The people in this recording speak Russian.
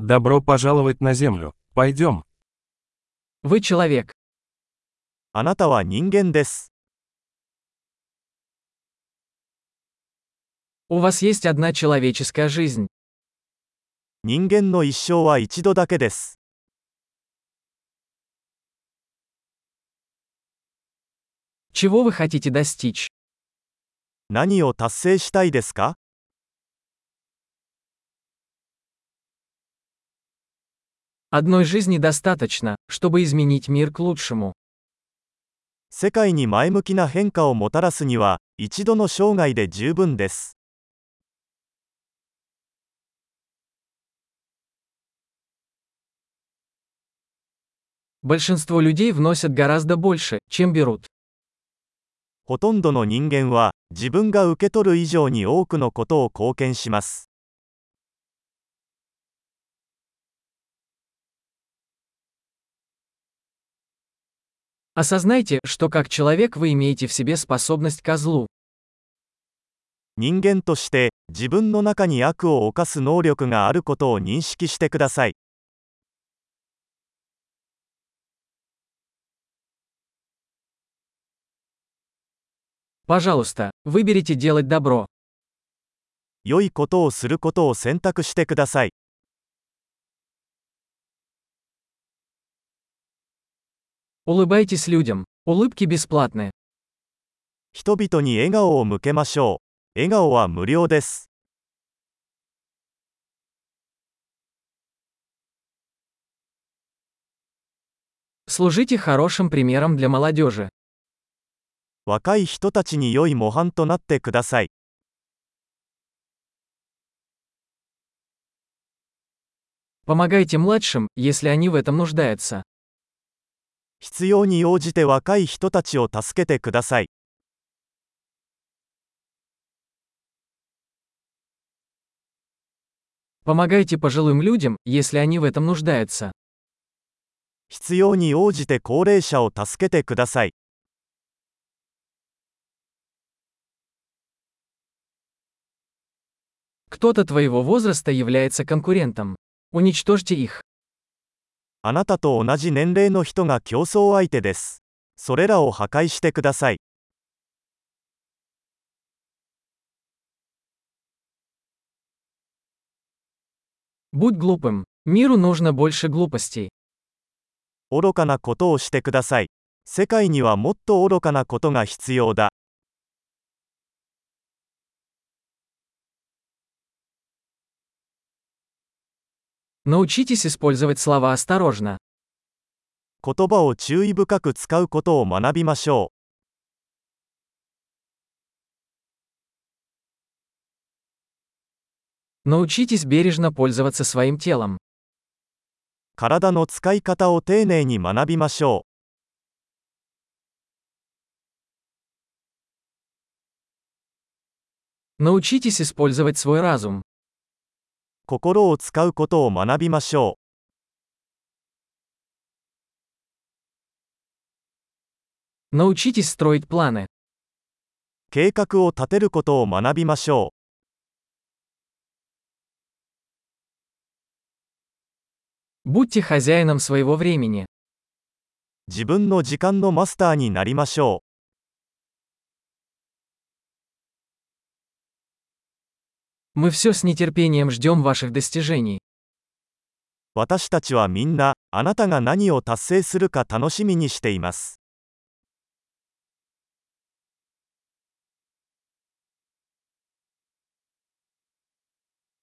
Добро пожаловать на Землю. Пойдем. Вы человек. あなたは人間です。 У вас есть одна человеческая жизнь. 人間の一生は一度だけです。 Чего вы хотите достичь? 何を達成したいですか？ Одной жизни достаточно, чтобы изменить мир к лучшему. 世界に前向きな変化をもたらすには、一度の生涯で十分です。 Большинство людей вносят гораздо больше, чем берут. ほとんどの人間は、自分が受け取る以上に多くのことを貢献します。 Осознайте, что как человек вы имеете в себе способность ко злу. 人間として、自分の中に悪を犯す能力があることを認識してください。 Пожалуйста, выберите делать добро. 良いことをすることを選択してください。 Улыбайтесь людям. Улыбки бесплатны. 人々に笑顔を向けましょう。笑顔は無料です。 Служите хорошим примером для молодежи. 若い人たちに良い模範となってください。 Помогайте младшим, если они в этом нуждаются. 必要に応じて若い人たちを助けてください。 Помогайте пожилым людям, если они в этом нуждаются. 必要に応じて高齢者を助けてください。 Кто-то твоего возраста является конкурентом. Уничтожьте их. あなたと同じ年齢の人が競争相手です。それらを破壊してください。 Будь глупым. Миру нужно больше глупостей. 愚かなことをしてください。世界にはもっと愚かなことが必要だ。 Научитесь использовать слова осторожно. 言葉を注意深く使うことを学びましょう。 Научитесь бережно пользоваться своим телом. 体の使い方を丁寧に学びましょう。 Научитесь использовать свой разум. 心を使うことを学びましょう。 Научитесь строить планы. 計画を立てることを学びましょう。 Будьте хозяином своего времени. 自分の時間のマスターになりましょう。 Мы все с нетерпением ждем ваших достижений. 私たちはみんな、あなたが何を達成するか楽しみにしています。